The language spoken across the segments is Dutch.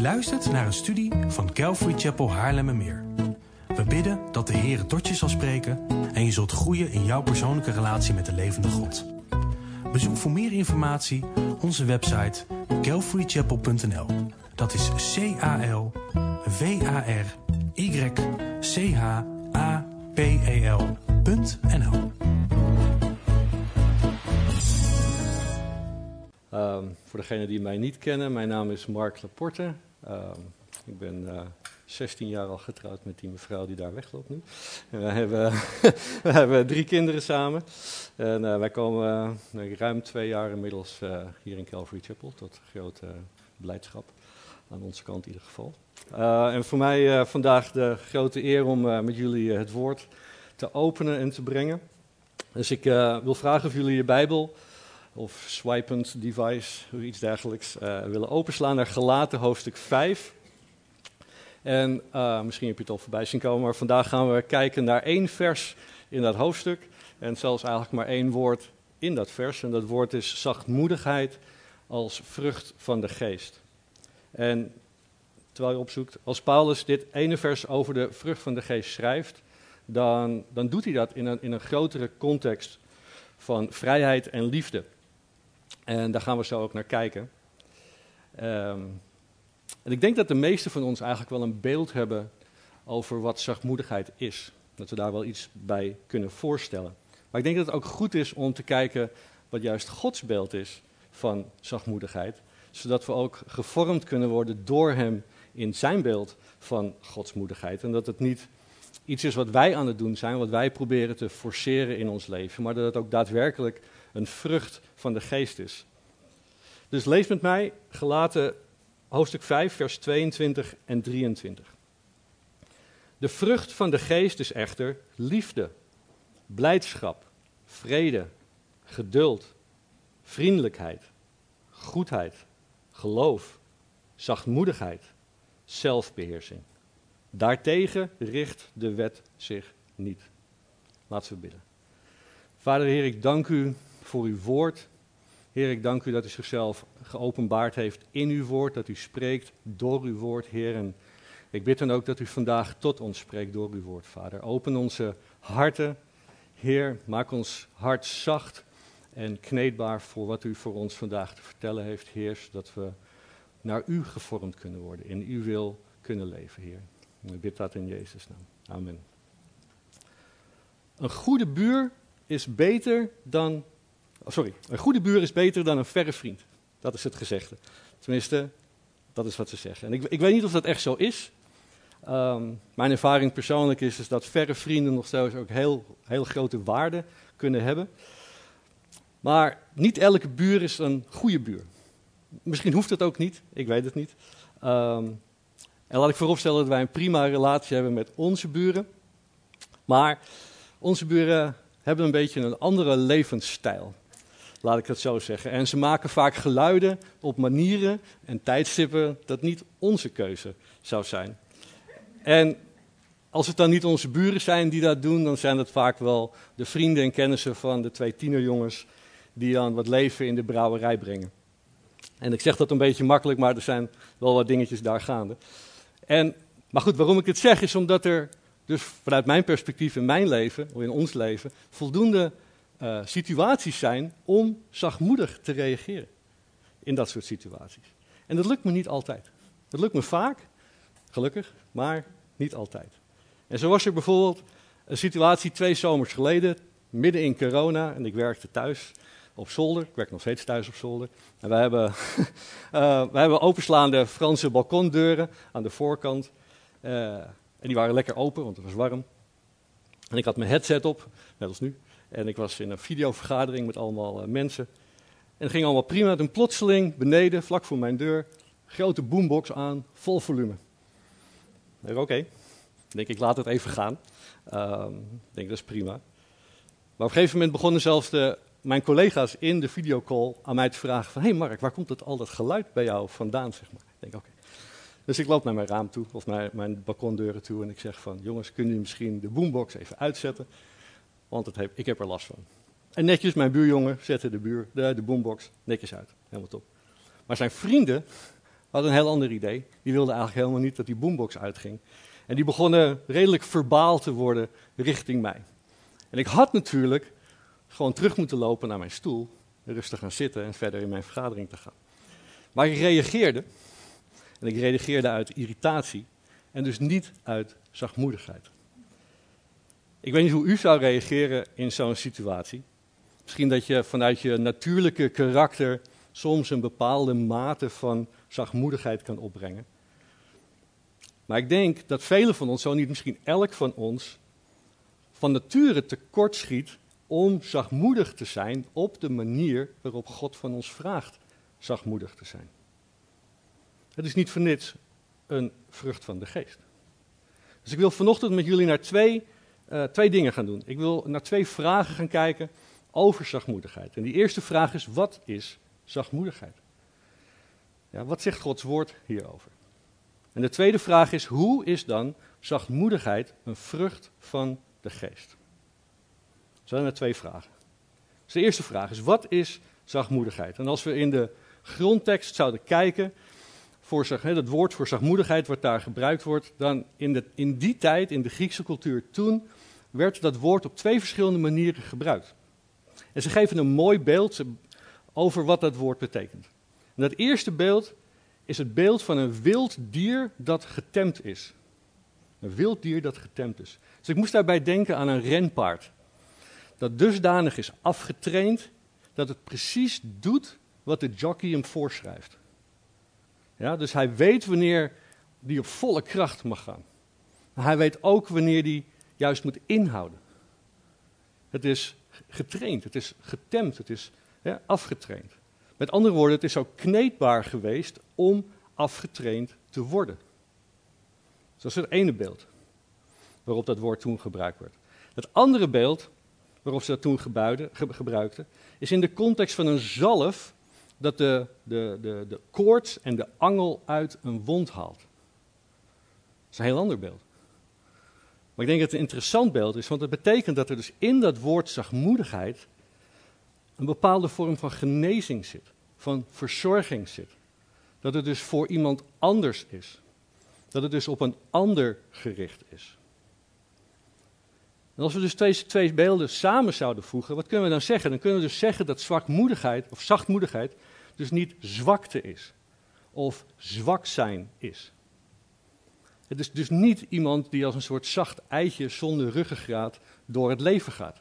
luistert naar een studie van Calvary Chapel Haarlemmermeer. We bidden dat de Heer tot je zal spreken en je zult groeien in jouw persoonlijke relatie met de levende God. Bezoek voor meer informatie onze website calvarychapel.nl. Dat is CALVARYCHAPEL.nl. Voor degenen die mij niet kennen, mijn naam is Mark Laporte. Ik ben 16 jaar al getrouwd met die mevrouw die daar wegloopt nu. En we hebben 3 kinderen samen. En wij komen ruim 2 jaar inmiddels hier in Calvary Chapel, tot grote blijdschap. Aan onze kant in ieder geval. En voor mij vandaag de grote eer om met jullie het woord te openen en te brengen. Dus ik wil vragen of jullie je Bijbel of swipend device, of iets dergelijks, willen openslaan naar Galaten hoofdstuk 5. En misschien heb je het al voorbij zien komen, maar vandaag gaan we kijken naar 1 vers in dat hoofdstuk. En zelfs eigenlijk maar 1 woord in dat vers. En dat woord is zachtmoedigheid als vrucht van de geest. En terwijl je opzoekt, als Paulus dit ene vers over de vrucht van de geest schrijft, dan doet hij dat in een grotere context van vrijheid en liefde. En daar gaan we zo ook naar kijken. En ik denk dat de meesten van ons eigenlijk wel een beeld hebben over wat zachtmoedigheid is. Dat we daar wel iets bij kunnen voorstellen. Maar ik denk dat het ook goed is om te kijken wat juist Gods beeld is van zachtmoedigheid. Zodat we ook gevormd kunnen worden door hem in zijn beeld van godsmoedigheid. En dat het niet iets is wat wij aan het doen zijn, wat wij proberen te forceren in ons leven. Maar dat het ook daadwerkelijk een vrucht van de geest is. Dus lees met mij Galaten hoofdstuk 5, vers 22 en 23. De vrucht van de geest is echter liefde, blijdschap, vrede, geduld, vriendelijkheid, goedheid, geloof, zachtmoedigheid, zelfbeheersing. Daartegen richt de wet zich niet. Laten we bidden. Vader Heer, ik dank u voor uw woord. Heer, ik dank u dat u zichzelf geopenbaard heeft in uw woord, dat u spreekt door uw woord, Heer. En ik bid dan ook dat u vandaag tot ons spreekt door uw woord, Vader. Open onze harten, Heer, maak ons hart zacht en kneedbaar voor wat u voor ons vandaag te vertellen heeft, Heer, zodat we naar u gevormd kunnen worden, in uw wil kunnen leven, Heer. Ik bid dat in Jezus' naam. Amen. Een goede buur is beter dan een verre vriend. Dat is het gezegde. Tenminste, dat is wat ze zeggen. En ik weet niet of dat echt zo is. Mijn ervaring persoonlijk is dat verre vrienden nog steeds ook heel grote waarde kunnen hebben. Maar niet elke buur is een goede buur. Misschien hoeft het ook niet, ik weet het niet. En laat ik vooropstellen dat wij een prima relatie hebben met onze buren. Maar onze buren hebben een beetje een andere levensstijl. Laat ik het zo zeggen. En ze maken vaak geluiden op manieren en tijdstippen dat niet onze keuze zou zijn. En als het dan niet onze buren zijn die dat doen, dan zijn het vaak wel de vrienden en kennissen van de 2 tienerjongens die dan wat leven in de brouwerij brengen. En ik zeg dat een beetje makkelijk, maar er zijn wel wat dingetjes daar gaande. Maar goed, waarom ik het zeg is omdat er dus vanuit mijn perspectief in mijn leven, of in ons leven, voldoende situaties zijn om zachtmoedig te reageren in dat soort situaties. En dat lukt me niet altijd. Dat lukt me vaak, gelukkig, maar niet altijd. En zo was er bijvoorbeeld een situatie 2 zomers geleden, midden in corona, en ik werkte thuis op zolder. Ik werk nog steeds thuis op zolder. En wij hebben openslaande Franse balkondeuren aan de voorkant. En die waren lekker open, want het was warm. En ik had mijn headset op, net als nu. En ik was in een videovergadering met allemaal mensen. En het ging allemaal prima. Toen plotseling beneden, vlak voor mijn deur, grote boombox aan, vol volume. Ik denk, oké. Ik laat het even gaan. Ik denk, dat is prima. Maar op een gegeven moment begonnen zelfs mijn collega's in de videocall aan mij te vragen van, hey Mark, waar komt al dat geluid bij jou vandaan, zeg maar. Ik denk, oké. Dus ik loop naar mijn raam toe, of naar mijn balkondeuren toe en ik zeg van, jongens, kunnen jullie misschien de boombox even uitzetten? Want ik heb er last van. En netjes, mijn buurjongen zette de boombox netjes uit, helemaal top. Maar zijn vrienden hadden een heel ander idee. Die wilden eigenlijk helemaal niet dat die boombox uitging. En die begonnen redelijk verbaal te worden richting mij. En ik had natuurlijk gewoon terug moeten lopen naar mijn stoel, rustig gaan zitten en verder in mijn vergadering te gaan. Maar ik reageerde, en ik reageerde uit irritatie en dus niet uit zachtmoedigheid. Ik weet niet hoe u zou reageren in zo'n situatie. Misschien dat je vanuit je natuurlijke karakter soms een bepaalde mate van zachtmoedigheid kan opbrengen. Maar ik denk dat velen van ons, zo niet misschien elk van ons, van nature tekortschiet om zachtmoedig te zijn op de manier waarop God van ons vraagt zachtmoedig te zijn. Het is niet voor niets een vrucht van de geest. Dus ik wil vanochtend met jullie naar twee dingen gaan doen. Ik wil naar 2 vragen gaan kijken over zachtmoedigheid. En die eerste vraag is, wat is zachtmoedigheid? Ja, wat zegt Gods woord hierover? En de tweede vraag is, hoe is dan zachtmoedigheid een vrucht van de geest? Er zijn er 2 vragen. Dus de eerste vraag is, wat is zachtmoedigheid? En als we in de grondtekst zouden kijken, het woord voor zachtmoedigheid wat daar gebruikt wordt, dan in die tijd, in de Griekse cultuur toen, werd dat woord op 2 verschillende manieren gebruikt. En ze geven een mooi beeld over wat dat woord betekent. En dat eerste beeld is het beeld van een wild dier dat getemd is. Een wild dier dat getemd is. Dus ik moest daarbij denken aan een renpaard. Dat dusdanig is afgetraind dat het precies doet wat de jockey hem voorschrijft. Ja, dus hij weet wanneer hij op volle kracht mag gaan. Maar hij weet ook wanneer hij juist moet inhouden. Het is getraind, het is getemd, het is afgetraind. Met andere woorden, het is ook kneedbaar geweest om afgetraind te worden. Dus dat is het ene beeld waarop dat woord toen gebruikt werd. Het andere beeld waarop ze dat toen gebruikten, is in de context van een zalf dat de koorts en de angel uit een wond haalt. Dat is een heel ander beeld. Maar ik denk dat het een interessant beeld is, want het betekent dat er dus in dat woord zachtmoedigheid een bepaalde vorm van genezing zit, van verzorging zit. Dat het dus voor iemand anders is. Dat het dus op een ander gericht is. En als we dus twee beelden samen zouden voegen, wat kunnen we dan zeggen? Dan kunnen we dus zeggen dat zachtmoedigheid dus niet zwakte is. Of zwak zijn is. Het is dus niet iemand die als een soort zacht eitje zonder ruggengraat door het leven gaat.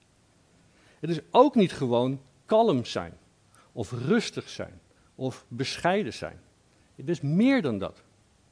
Het is ook niet gewoon kalm zijn, of rustig zijn, of bescheiden zijn. Het is meer dan dat.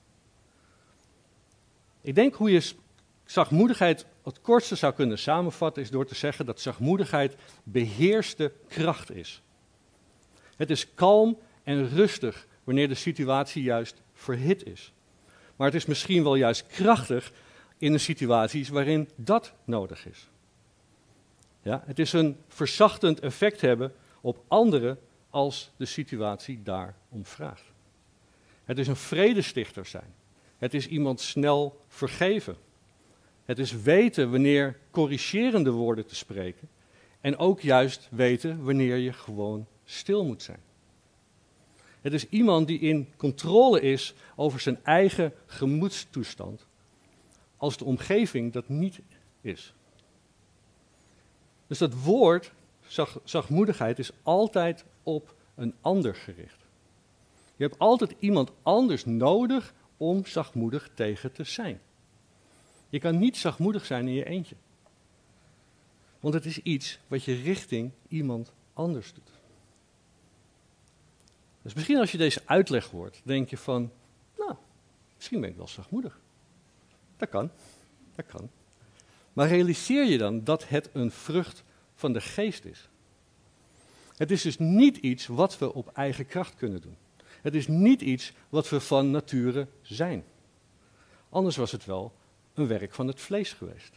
Ik denk hoe je zachtmoedigheid het kortste zou kunnen samenvatten, is door te zeggen dat zachtmoedigheid beheerste kracht is. Het is kalm en rustig wanneer de situatie juist verhit is. Maar het is misschien wel juist krachtig in de situaties waarin dat nodig is. Ja, het is een verzachtend effect hebben op anderen als de situatie daarom vraagt. Het is een vredestichter zijn. Het is iemand snel vergeven. Het is weten wanneer corrigerende woorden te spreken. En ook juist weten wanneer je gewoon stil moet zijn. Het is iemand die in controle is over zijn eigen gemoedstoestand, als de omgeving dat niet is. Dus dat woord, zachtmoedigheid, is altijd op een ander gericht. Je hebt altijd iemand anders nodig om zachtmoedig tegen te zijn. Je kan niet zachtmoedig zijn in je eentje. Want het is iets wat je richting iemand anders doet. Dus misschien als je deze uitleg hoort, denk je van, nou, misschien ben ik wel zachtmoedig. Dat kan. Maar realiseer je dan dat het een vrucht van de geest is. Het is dus niet iets wat we op eigen kracht kunnen doen. Het is niet iets wat we van nature zijn. Anders was het wel een werk van het vlees geweest.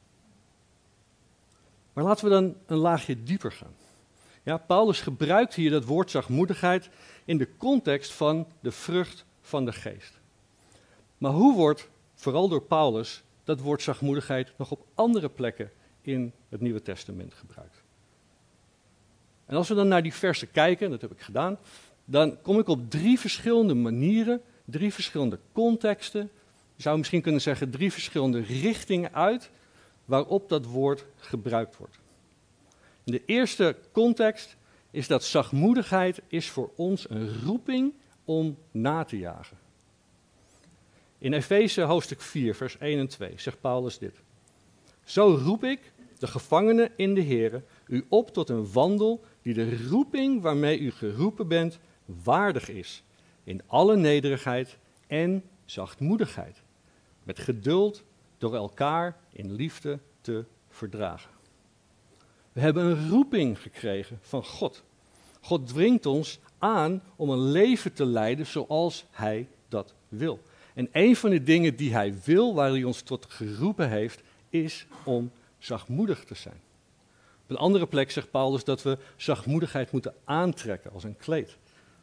Maar laten we dan een laagje dieper gaan. Ja, Paulus gebruikt hier dat woord zachtmoedigheid in de context van de vrucht van de geest. Maar hoe wordt, vooral door Paulus, dat woord zachtmoedigheid nog op andere plekken in het Nieuwe Testament gebruikt? En als we dan naar die versen kijken, dat heb ik gedaan, dan kom ik op 3 verschillende manieren, 3 verschillende contexten, je zou misschien kunnen zeggen 3 verschillende richtingen uit, waarop dat woord gebruikt wordt. In de eerste context is dat zachtmoedigheid is voor ons een roeping om na te jagen. In Efeze hoofdstuk 4, vers 1 en 2 zegt Paulus dit. Zo roep ik, de gevangenen in de Here, u op tot een wandel die de roeping waarmee u geroepen bent waardig is. In alle nederigheid en zachtmoedigheid. Met geduld door elkaar in liefde te verdragen. We hebben een roeping gekregen van God. God dwingt ons aan om een leven te leiden zoals Hij dat wil. En een van de dingen die Hij wil, waar Hij ons tot geroepen heeft, is om zachtmoedig te zijn. Op een andere plek zegt Paulus dat we zachtmoedigheid moeten aantrekken als een kleed.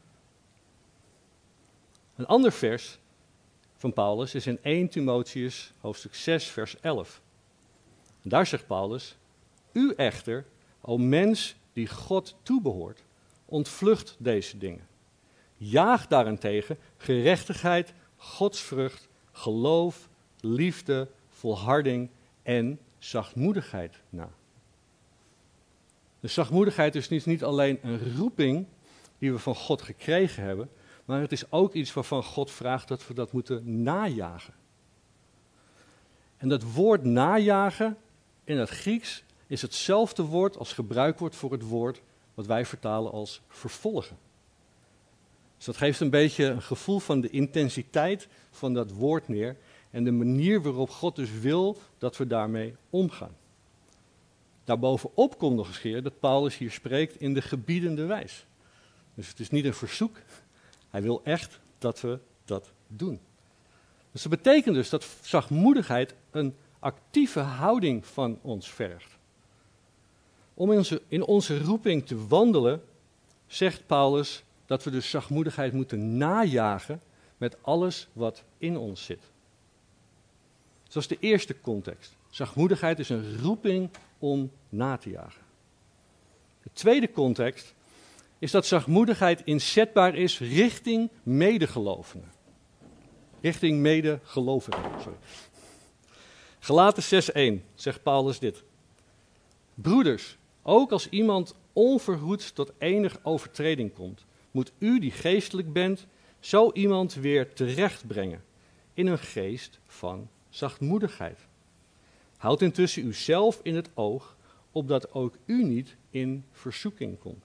Een ander vers van Paulus is in 1 Timotheüs hoofdstuk 6 vers 11. En daar zegt Paulus, u echter, o mens die God toebehoort, ontvlucht deze dingen. Jaag daarentegen gerechtigheid, godsvrucht, geloof, liefde, volharding en zachtmoedigheid na. Dus zachtmoedigheid is niet alleen een roeping die we van God gekregen hebben, maar het is ook iets waarvan God vraagt dat we dat moeten najagen. En dat woord najagen in het Grieks is hetzelfde woord als gebruikt wordt voor het woord wat wij vertalen als vervolgen. Dus dat geeft een beetje een gevoel van de intensiteit van dat woord neer en de manier waarop God dus wil dat we daarmee omgaan. Daarbovenop komt nog eens keer dat Paulus hier spreekt in de gebiedende wijs. Dus het is niet een verzoek, hij wil echt dat we dat doen. Dus dat betekent dus dat zachtmoedigheid een actieve houding van ons vergt. Om in onze roeping te wandelen, zegt Paulus dat we dus zachtmoedigheid moeten najagen met alles wat in ons zit. Dat is de eerste context. Zachtmoedigheid is een roeping om na te jagen. De tweede context is dat zachtmoedigheid inzetbaar is richting medegelovigen. Richting medegelovigen, sorry. Galaten 6:1 zegt Paulus dit. Broeders, ook als iemand onverhoeds tot enig overtreding komt, moet u die geestelijk bent, zo iemand weer terechtbrengen in een geest van zachtmoedigheid. Houd intussen uzelf in het oog, opdat ook u niet in verzoeking komt.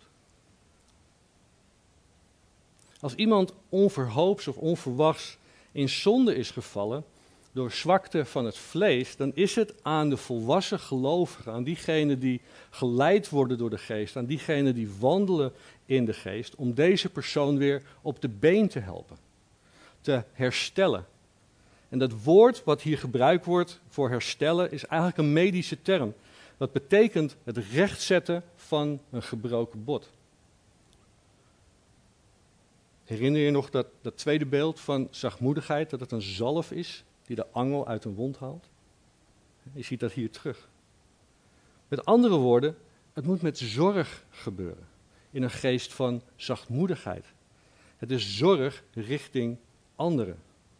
Als iemand onverhoops of onverwachts in zonde is gevallen door zwakte van het vlees, dan is het aan de volwassen gelovigen, aan diegenen die geleid worden door de geest, aan diegenen die wandelen in de geest, om deze persoon weer op de been te helpen, te herstellen. En dat woord wat hier gebruikt wordt voor herstellen is eigenlijk een medische term. Dat betekent het rechtzetten van een gebroken bot. Herinner je nog dat tweede beeld van zachtmoedigheid, dat het een zalf is die de angel uit een wond haalt? Je ziet dat hier terug. Met andere woorden, het moet met zorg gebeuren, in een geest van zachtmoedigheid. Het is zorg richting anderen.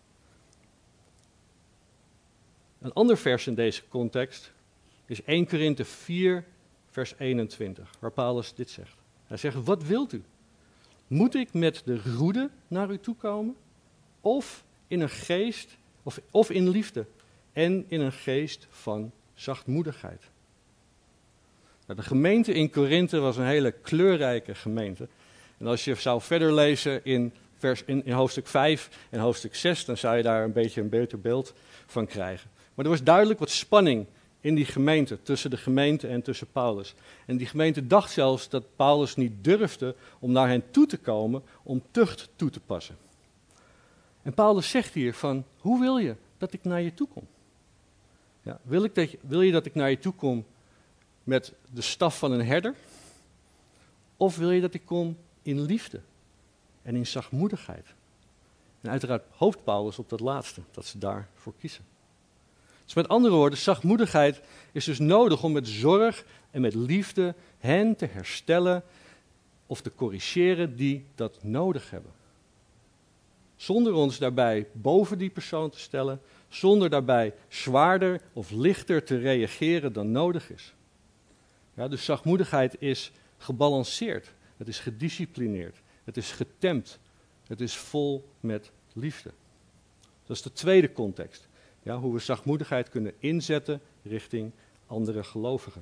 Een ander vers in deze context is 1 Korinthe 4, vers 21, waar Paulus dit zegt. Hij zegt, wat wilt u? Moet ik met de roede naar u toe komen? Of in een geest, of in liefde en in een geest van zachtmoedigheid? Nou, de gemeente in Korinthe was een hele kleurrijke gemeente. En als je zou verder lezen in hoofdstuk 5 en hoofdstuk 6, dan zou je daar een beetje een beter beeld van krijgen. Maar er was duidelijk wat spanning in die gemeente, tussen de gemeente en tussen Paulus. En die gemeente dacht zelfs dat Paulus niet durfde om naar hen toe te komen om tucht toe te passen. En Paulus zegt hier van, hoe wil je dat ik naar je toe kom? Ja, wil je dat ik naar je toe kom met de staf van een herder? Of wil je dat ik kom in liefde en in zachtmoedigheid? En uiteraard hoopt Paulus op dat laatste, dat ze daarvoor kiezen. Dus met andere woorden, zachtmoedigheid is dus nodig om met zorg en met liefde hen te herstellen of te corrigeren die dat nodig hebben. Zonder ons daarbij boven die persoon te stellen, zonder daarbij zwaarder of lichter te reageren dan nodig is. Ja, dus zachtmoedigheid is gebalanceerd, het is gedisciplineerd, het is getemd, het is vol met liefde. Dat is de tweede context, ja, hoe we zachtmoedigheid kunnen inzetten richting andere gelovigen.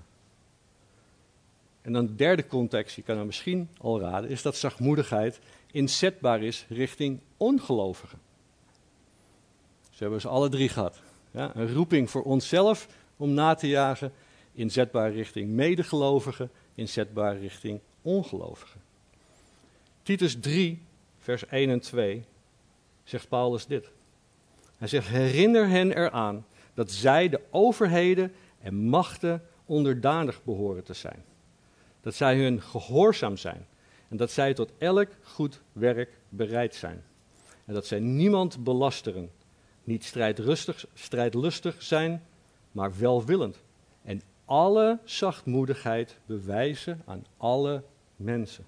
En dan de derde context, je kan het misschien al raden, is dat zachtmoedigheid inzetbaar is richting ongelovigen. Dus we hebben ze alle drie gehad. Ja, een roeping voor onszelf om na te jagen, inzetbaar richting medegelovigen, inzetbaar richting ongelovigen. Titus 3, vers 1 en 2, zegt Paulus dit. Hij zegt, herinner hen eraan dat zij de overheden en machten onderdanig behoren te zijn. Dat zij hun gehoorzaam zijn en dat zij tot elk goed werk bereid zijn. En dat zij niemand belasteren, niet strijdlustig zijn, maar welwillend. En alle zachtmoedigheid bewijzen aan alle mensen.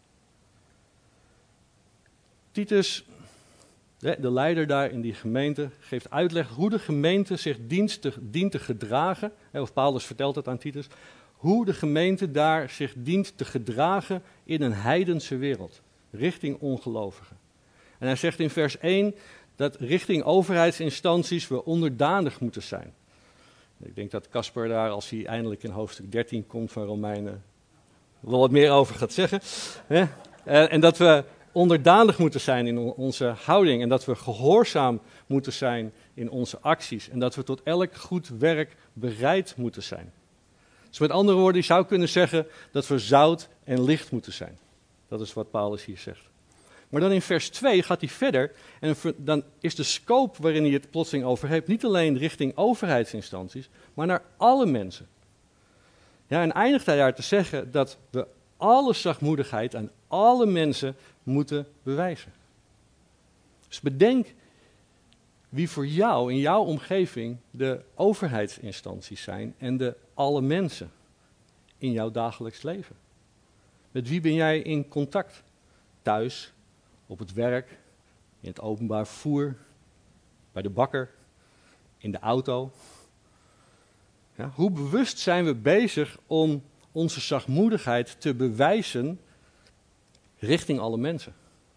Titus, de leider daar in die gemeente, geeft uitleg hoe de gemeente zich dient te gedragen. Of Paulus vertelt het aan Titus. Hoe de gemeente daar zich dient te gedragen in een heidense wereld, richting ongelovigen. En hij zegt in vers 1 dat richting overheidsinstanties we onderdanig moeten zijn. Ik denk dat Casper daar, als hij eindelijk in hoofdstuk 13 komt van Romeinen, wel wat meer over gaat zeggen. En dat we onderdanig moeten zijn in onze houding en dat we gehoorzaam moeten zijn in onze acties. En dat we tot elk goed werk bereid moeten zijn. Dus met andere woorden, je zou kunnen zeggen dat we zout en licht moeten zijn. Dat is wat Paulus hier zegt. Maar dan in vers 2 gaat hij verder en dan is de scope waarin hij het plotseling over heeft niet alleen richting overheidsinstanties, maar naar alle mensen. Ja, en eindigt hij daar te zeggen dat we alle zachtmoedigheid aan alle mensen moeten bewijzen. Dus bedenk wie voor jou in jouw omgeving de overheidsinstanties zijn en de alle mensen in jouw dagelijks leven. Met wie ben jij in contact? Thuis, op het werk, in het openbaar vervoer, bij de bakker, in de auto. Ja, hoe bewust zijn we bezig om onze zachtmoedigheid te bewijzen richting alle mensen?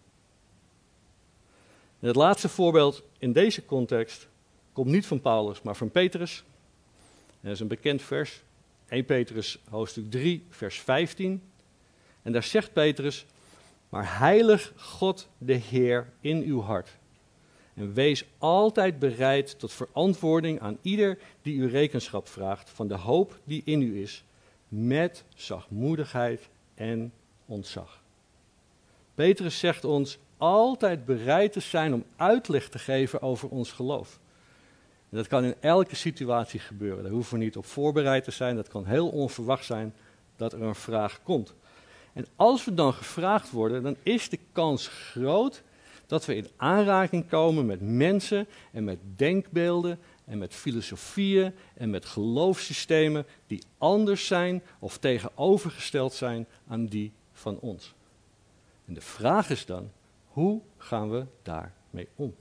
En het laatste voorbeeld in deze context komt niet van Paulus, maar van Petrus. En dat is een bekend vers, 1 Petrus hoofdstuk 3, vers 15. En daar zegt Petrus, maar heilig God de Heer in uw hart. En wees altijd bereid tot verantwoording aan ieder die u rekenschap vraagt van de hoop die in u is, met zachtmoedigheid en ontzag. Petrus zegt ons altijd bereid te zijn om uitleg te geven over ons geloof. En dat kan in elke situatie gebeuren. Daar hoeven we niet op voorbereid te zijn. Dat kan heel onverwacht zijn dat er een vraag komt. En als we dan gevraagd worden, dan is de kans groot dat we in aanraking komen met mensen en met denkbeelden en met filosofieën en met geloofssystemen die anders zijn of tegenovergesteld zijn aan die van ons. En de vraag is dan, hoe gaan we daarmee om?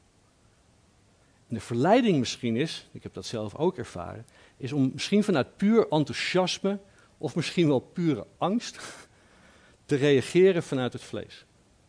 En de verleiding misschien is, ik heb dat zelf ook ervaren, is om misschien vanuit puur enthousiasme of misschien wel pure angst te reageren vanuit het vlees.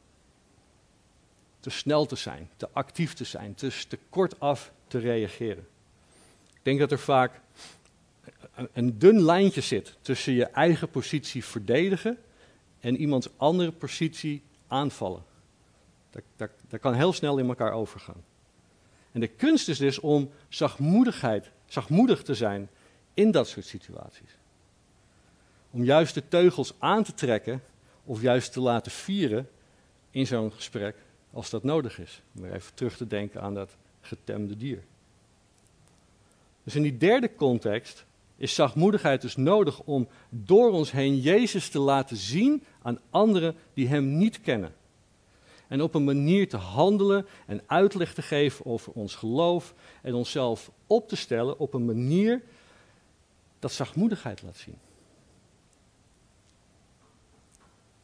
Te snel te zijn, te actief te zijn, te kortaf te reageren. Ik denk dat er vaak een dun lijntje zit tussen je eigen positie verdedigen en iemands andere positie aanvallen. Dat kan heel snel in elkaar overgaan. En de kunst is dus om zachtmoedig te zijn in dat soort situaties. Om juist de teugels aan te trekken of juist te laten vieren in zo'n gesprek als dat nodig is. Om even terug te denken aan dat getemde dier. Dus in die derde context is zachtmoedigheid dus nodig om door ons heen Jezus te laten zien aan anderen die hem niet kennen. En op een manier te handelen en uitleg te geven over ons geloof en onszelf op te stellen op een manier dat zachtmoedigheid laat zien.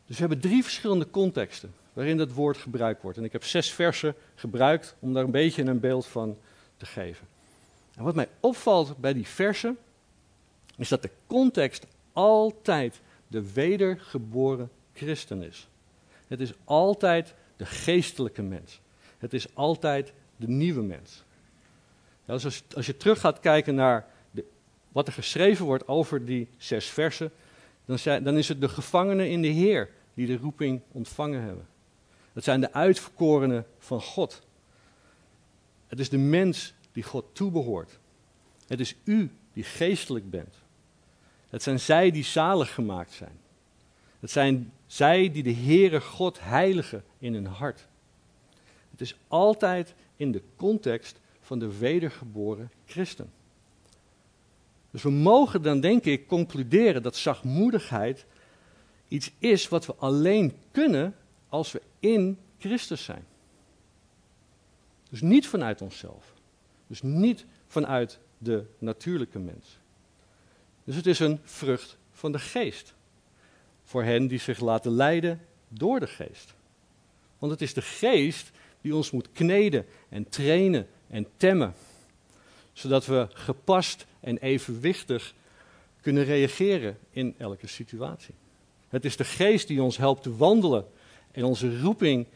Dus we hebben 3 verschillende contexten waarin dat woord gebruikt wordt. En ik heb 6 versen gebruikt om daar een beetje een beeld van te geven. En wat mij opvalt bij die versen, is dat de context altijd de wedergeboren christen is. Het is altijd de geestelijke mens. Het is altijd de nieuwe mens. Ja, dus als je terug gaat kijken naar wat er geschreven wordt over die 6 versen, dan is het de gevangenen in de Heer die de roeping ontvangen hebben. Dat zijn de uitverkorenen van God. Het is de mens die God toebehoort. Het is u die geestelijk bent. Het zijn zij die zalig gemaakt zijn. Het zijn zij die de Heere God heiligen in hun hart. Het is altijd in de context van de wedergeboren christen. Dus we mogen dan, denk ik, concluderen dat zachtmoedigheid iets is wat we alleen kunnen als we in Christus zijn. Dus niet vanuit onszelf. Dus niet vanuit de natuurlijke mens. Dus het is een vrucht van de geest. Voor hen die zich laten leiden door de geest. Want het is de geest die ons moet kneden en trainen en temmen. Zodat we gepast en evenwichtig kunnen reageren in elke situatie. Het is de geest die ons helpt te wandelen en onze roeping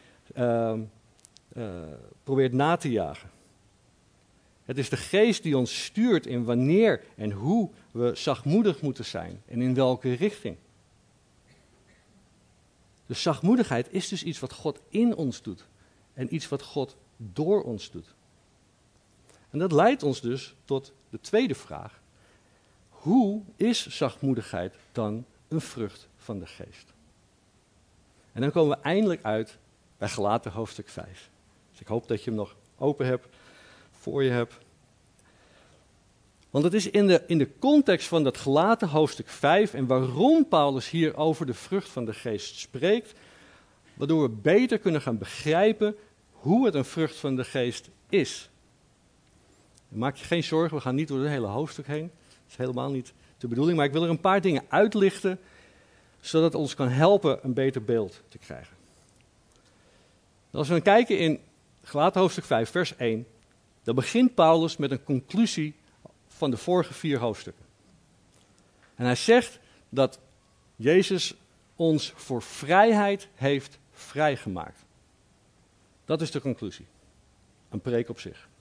probeert na te jagen. Het is de geest die ons stuurt in wanneer en hoe we zachtmoedig moeten zijn en in welke richting. Dus zachtmoedigheid is dus iets wat God in ons doet en iets wat God door ons doet. En dat leidt ons dus tot de tweede vraag. Hoe is zachtmoedigheid dan een vrucht van de geest? En dan komen we eindelijk uit bij Galaten hoofdstuk 5. Dus ik hoop dat je hem nog open hebt, voor je hebt. Want het is in de context van dat Galaten hoofdstuk 5 en waarom Paulus hier over de vrucht van de geest spreekt, waardoor we beter kunnen gaan begrijpen hoe het een vrucht van de geest is. Maak je geen zorgen, we gaan niet door het hele hoofdstuk heen. Dat is helemaal niet de bedoeling, maar ik wil er een paar dingen uitlichten, zodat het ons kan helpen een beter beeld te krijgen. Als we dan kijken in Galaten hoofdstuk 5, vers 1, dan begint Paulus met een conclusie van de vorige 4 hoofdstukken. En hij zegt dat Jezus ons voor vrijheid heeft vrijgemaakt. Dat is de conclusie. Een preek op zich.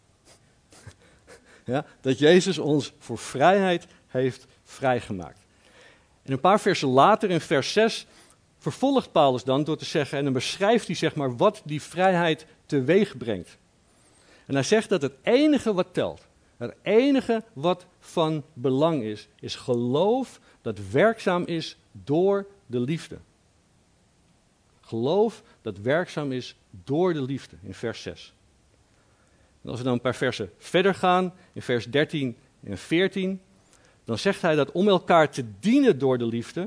Ja, dat Jezus ons voor vrijheid heeft vrijgemaakt. En een paar versen later, in vers 6, vervolgt Paulus dan door te zeggen, en dan beschrijft hij zeg maar wat die vrijheid teweeg brengt. En hij zegt dat het enige wat telt, het enige wat van belang is geloof dat werkzaam is door de liefde. Geloof dat werkzaam is door de liefde, in vers 6. En als we dan een paar versen verder gaan, in vers 13 en 14, dan zegt hij dat om elkaar te dienen door de liefde,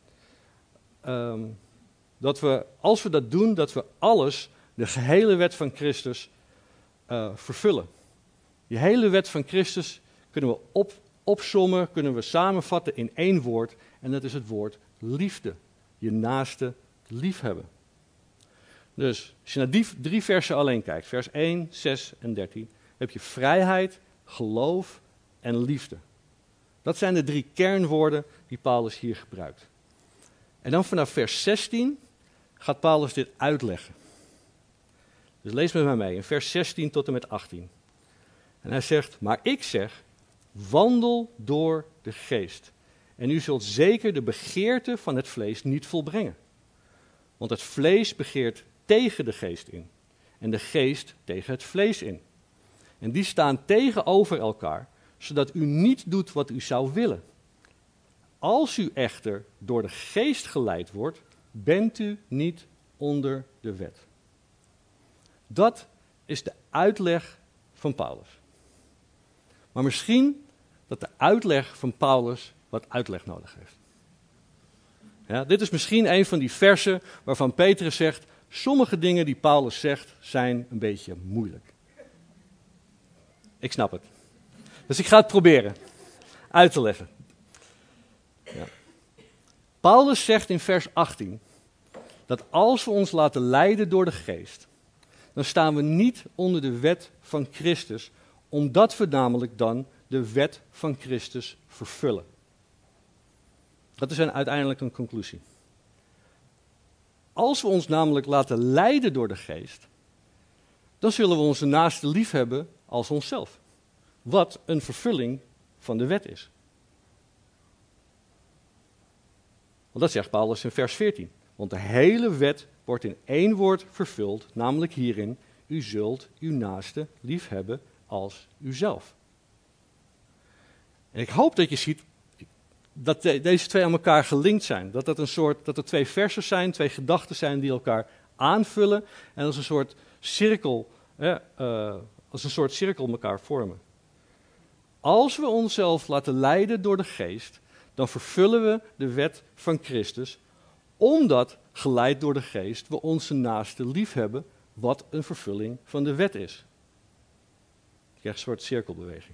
dat we, als we dat doen, dat we alles, de gehele wet van Christus, vervullen. Die hele wet van Christus kunnen we opsommen, kunnen we samenvatten in 1 woord, en dat is het woord liefde. Je naaste liefhebben. Dus als je naar die 3 versen alleen kijkt, vers 1, 6 en 13, heb je vrijheid, geloof en liefde. Dat zijn de 3 kernwoorden die Paulus hier gebruikt. En dan vanaf vers 16 gaat Paulus dit uitleggen. Dus lees met mij mee, in vers 16 tot en met 18. En hij zegt, maar ik zeg, wandel door de geest. En u zult zeker de begeerte van het vlees niet volbrengen. Want het vlees begeert tegen de geest in. En de geest tegen het vlees in. En die staan tegenover elkaar, zodat u niet doet wat u zou willen. Als u echter door de geest geleid wordt, bent u niet onder de wet. Dat is de uitleg van Paulus. Maar misschien dat de uitleg van Paulus wat uitleg nodig heeft. Ja, dit is misschien een van die versen waarvan Petrus zegt, sommige dingen die Paulus zegt zijn een beetje moeilijk. Ik snap het. Dus ik ga het proberen uit te leggen. Ja. Paulus zegt in vers 18 dat als we ons laten leiden door de geest, dan staan we niet onder de wet van Christus, omdat we namelijk dan de wet van Christus vervullen. Dat is uiteindelijk een conclusie. Als we ons namelijk laten leiden door de geest, dan zullen we onze naaste lief hebben als onszelf. Wat een vervulling van de wet is. Want dat zegt Paulus in vers 14. Want de hele wet wordt in één woord vervuld, namelijk hierin: u zult uw naaste lief hebben als uzelf. En ik hoop dat je ziet dat deze twee aan elkaar gelinkt zijn. Dat er twee versen zijn, twee gedachten zijn die elkaar aanvullen en als een soort cirkel, elkaar vormen. Als we onszelf laten leiden door de geest, dan vervullen we de wet van Christus, omdat, geleid door de geest, we onze naaste lief hebben, wat een vervulling van de wet is. Je krijgt een soort cirkelbeweging.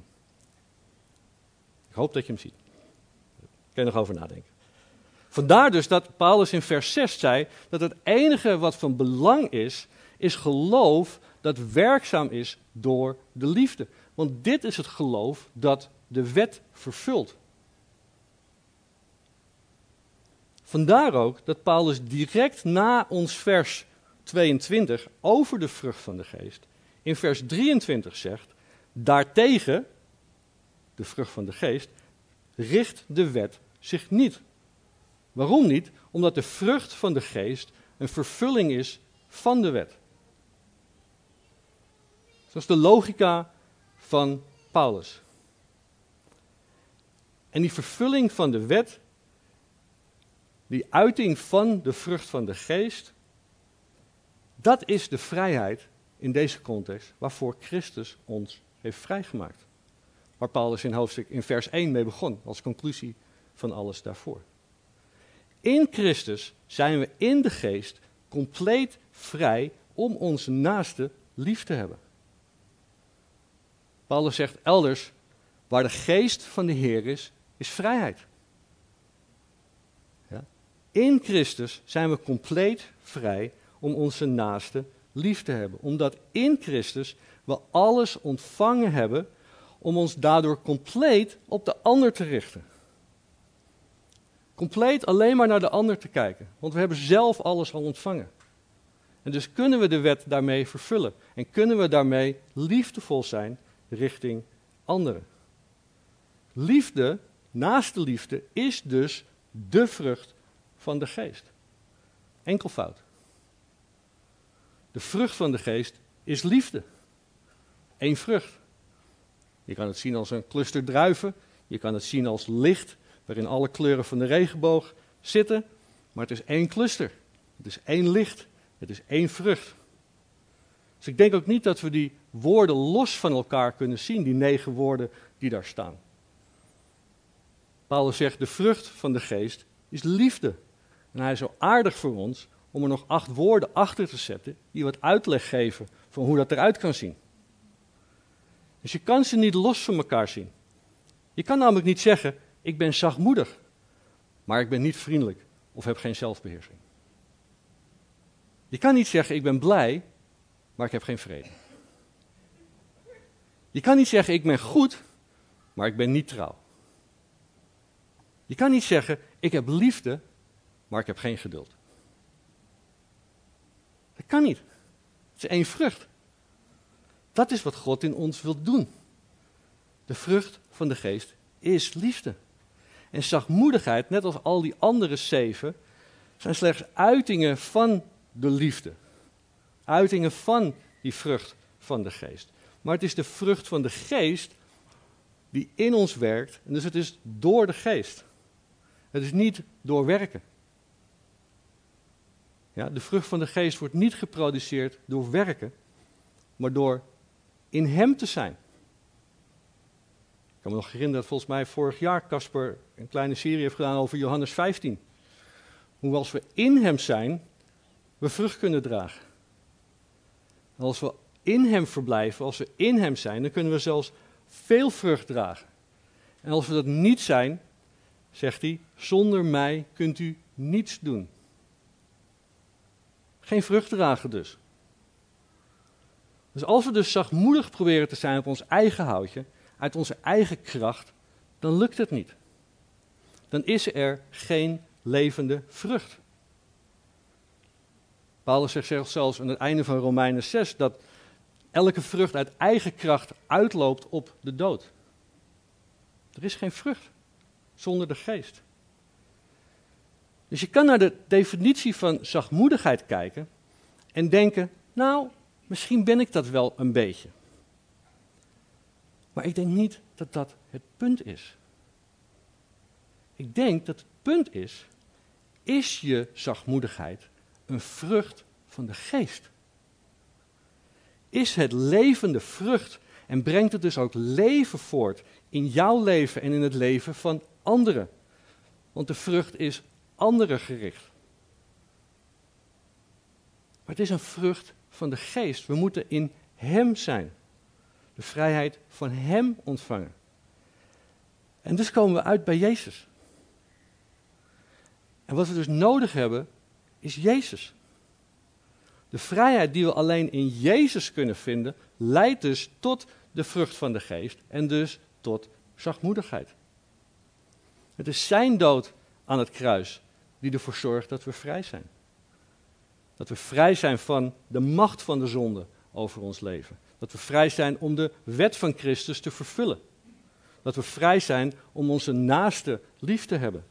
Ik hoop dat je hem ziet. Daar kan je nog over nadenken. Vandaar dus dat Paulus in vers 6 zei dat het enige wat van belang is geloof dat werkzaam is door de liefde. Want dit is het geloof dat de wet vervult. Vandaar ook dat Paulus direct na ons vers 22 over de vrucht van de geest in vers 23 zegt: daartegen, de vrucht van de geest, richt de wet zich niet. Waarom niet? Omdat de vrucht van de geest een vervulling is van de wet. Dat is de logica van Paulus. En die vervulling van de wet, die uiting van de vrucht van de geest, dat is de vrijheid in deze context waarvoor Christus ons heeft vrijgemaakt. Waar Paulus in vers 1 mee begon, als conclusie van alles daarvoor. In Christus zijn we in de geest compleet vrij om onze naaste lief te hebben. Paulus zegt elders: waar de geest van de Heer is vrijheid. Ja? In Christus zijn we compleet vrij om onze naaste lief te hebben. Omdat in Christus we alles ontvangen hebben om ons daardoor compleet op de ander te richten. Compleet alleen maar naar de ander te kijken. Want we hebben zelf alles al ontvangen. En dus kunnen we de wet daarmee vervullen. En kunnen we daarmee liefdevol zijn richting anderen. Liefde, naaste liefde, is dus de vrucht van de geest. Enkelvoud. De vrucht van de geest is liefde. Eén vrucht. Je kan het zien als een cluster druiven. Je kan het zien als licht, waarin alle kleuren van de regenboog zitten. Maar het is één cluster. Het is één licht. Het is één vrucht. Dus ik denk ook niet dat we die woorden los van elkaar kunnen zien, die 9 woorden die daar staan. Paulus zegt, de vrucht van de geest is liefde. En hij is zo aardig voor ons om er nog 8 woorden achter te zetten, die wat uitleg geven van hoe dat eruit kan zien. Dus je kan ze niet los van elkaar zien. Je kan namelijk niet zeggen, ik ben zachtmoedig, maar ik ben niet vriendelijk of heb geen zelfbeheersing. Je kan niet zeggen, ik ben blij, maar ik heb geen vrede. Je kan niet zeggen, ik ben goed, maar ik ben niet trouw. Je kan niet zeggen, ik heb liefde, maar ik heb geen geduld. Dat kan niet. Het is één vrucht. Dat is wat God in ons wil doen. De vrucht van de geest is liefde. En zachtmoedigheid, net als al die andere 7, zijn slechts uitingen van de liefde. Uitingen van die vrucht van de geest. Maar het is de vrucht van de geest die in ons werkt. En dus het is door de geest. Het is niet door werken. Ja, de vrucht van de geest wordt niet geproduceerd door werken, maar door in hem te zijn. Ik kan me nog herinneren dat volgens mij vorig jaar Casper een kleine serie heeft gedaan over Johannes 15. Hoe als we in hem zijn, we vrucht kunnen dragen. En als we in hem verblijven, als we in hem zijn, dan kunnen we zelfs veel vrucht dragen. En als we dat niet zijn, zegt hij, zonder mij kunt u niets doen. Geen vrucht dragen dus. Dus als we dus zachtmoedig proberen te zijn op ons eigen houtje, uit onze eigen kracht, dan lukt het niet. Dan is er geen levende vrucht. Paulus zegt zelfs aan het einde van Romeinen 6 dat elke vrucht uit eigen kracht uitloopt op de dood. Er is geen vrucht zonder de geest. Dus je kan naar de definitie van zachtmoedigheid kijken en denken, nou, misschien ben ik dat wel een beetje. Maar ik denk niet dat dat het punt is. Ik denk dat het punt is je zachtmoedigheid een vrucht van de geest? Is het levende vrucht en brengt het dus ook leven voort in jouw leven en in het leven van anderen? Want de vrucht is anderen gericht. Maar het is een vrucht van de geest. We moeten in Hem zijn. De vrijheid van Hem ontvangen. En dus komen we uit bij Jezus. En wat we dus nodig hebben, is Jezus. De vrijheid die we alleen in Jezus kunnen vinden, leidt dus tot de vrucht van de geest en dus tot zachtmoedigheid. Het is zijn dood aan het kruis die ervoor zorgt dat we vrij zijn. Dat we vrij zijn van de macht van de zonde over ons leven. Dat we vrij zijn om de wet van Christus te vervullen. Dat we vrij zijn om onze naaste lief te hebben.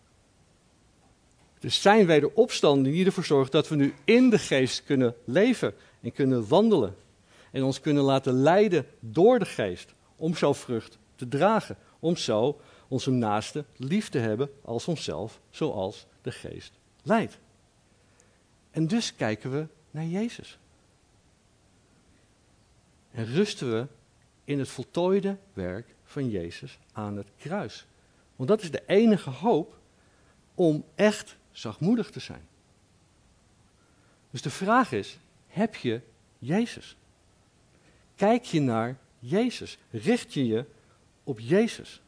Het is zijn wederopstanding die ervoor zorgt dat we nu in de geest kunnen leven en kunnen wandelen. En ons kunnen laten leiden door de geest om zo vrucht te dragen. Om zo onze naaste lief te hebben als onszelf, zoals de geest leidt. En dus kijken we naar Jezus. En rusten we in het voltooide werk van Jezus aan het kruis. Want dat is de enige hoop om echt zachtmoedig te zijn. Dus de vraag is, heb je Jezus? Kijk je naar Jezus? Richt je je op Jezus?